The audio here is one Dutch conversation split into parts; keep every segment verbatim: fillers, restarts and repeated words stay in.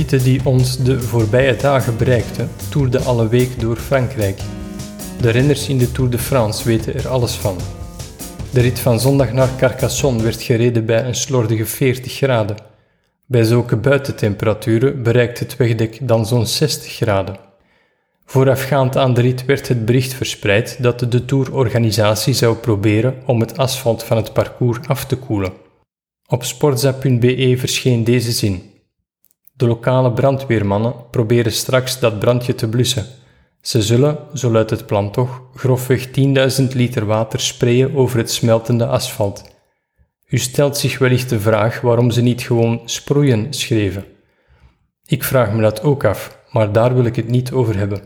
berichten die ons de voorbije dagen bereikten, toerden alle week door Frankrijk. De renners in de Tour de France weten er alles van. De rit van zondag naar Carcassonne werd gereden bij een slordige veertig graden. Bij zulke buitentemperaturen bereikt het wegdek dan zo'n zestig graden. Voorafgaand aan de rit werd het bericht verspreid dat de Tourorganisatie zou proberen om het asfalt van het parcours af te koelen. Op sportza punt be verscheen deze zin. De lokale brandweermannen proberen straks dat brandje te blussen. Ze zullen, zo luidt het plan toch, grofweg tienduizend liter water sprayen over het smeltende asfalt. U stelt zich wellicht de vraag waarom ze niet gewoon sproeien schreven. Ik vraag me dat ook af, maar daar wil ik het niet over hebben.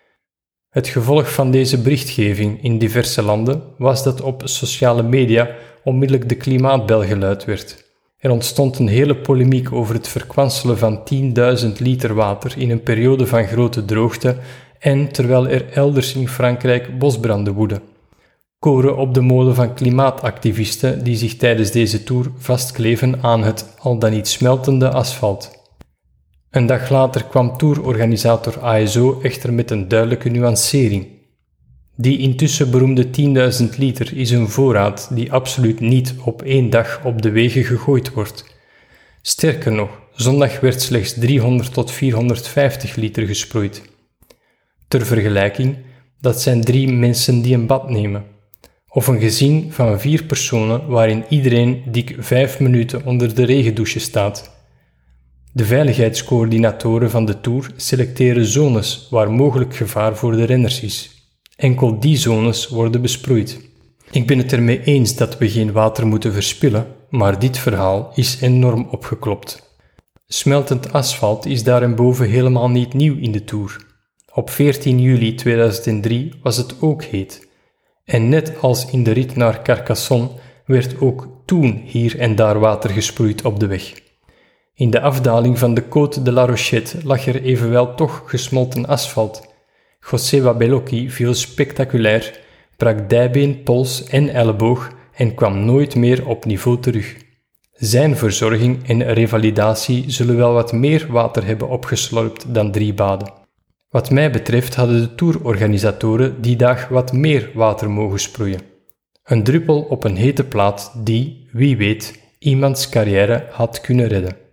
Het gevolg van deze berichtgeving in diverse landen was dat op sociale media onmiddellijk de klimaatbel geluid werd. Er ontstond een hele polemiek over het verkwanselen van tienduizend liter water in een periode van grote droogte en terwijl er elders in Frankrijk bosbranden woeden. Koren op de molen van klimaatactivisten die zich tijdens deze tour vastkleven aan het al dan niet smeltende asfalt. Een dag later kwam tourorganisator A S O echter met een duidelijke nuancering. Die intussen beroemde tienduizend liter is een voorraad die absoluut niet op één dag op de wegen gegooid wordt. Sterker nog, zondag werd slechts driehonderd tot vierhonderdvijftig liter gesproeid. Ter vergelijking, dat zijn drie mensen die een bad nemen. Of een gezin van vier personen waarin iedereen dik vijf minuten onder de regendouche staat. De veiligheidscoördinatoren van de Tour selecteren zones waar mogelijk gevaar voor de renners is. Enkel die zones worden besproeid. Ik ben het ermee eens dat we geen water moeten verspillen, maar dit verhaal is enorm opgeklopt. Smeltend asfalt is daarenboven helemaal niet nieuw in de Tour. Op veertien juli tweeduizend drie was het ook heet. En net als in de rit naar Carcassonne werd ook toen hier en daar water gesproeid op de weg. In de afdaling van de Côte de la Rochette lag er evenwel toch gesmolten asfalt. Joseba Bellocchi viel spectaculair, brak dijbeen, pols en elleboog en kwam nooit meer op niveau terug. Zijn verzorging en revalidatie zullen wel wat meer water hebben opgeslorpt dan drie baden. Wat mij betreft hadden de tourorganisatoren die dag wat meer water mogen sproeien. Een druppel op een hete plaat die, wie weet, iemands carrière had kunnen redden.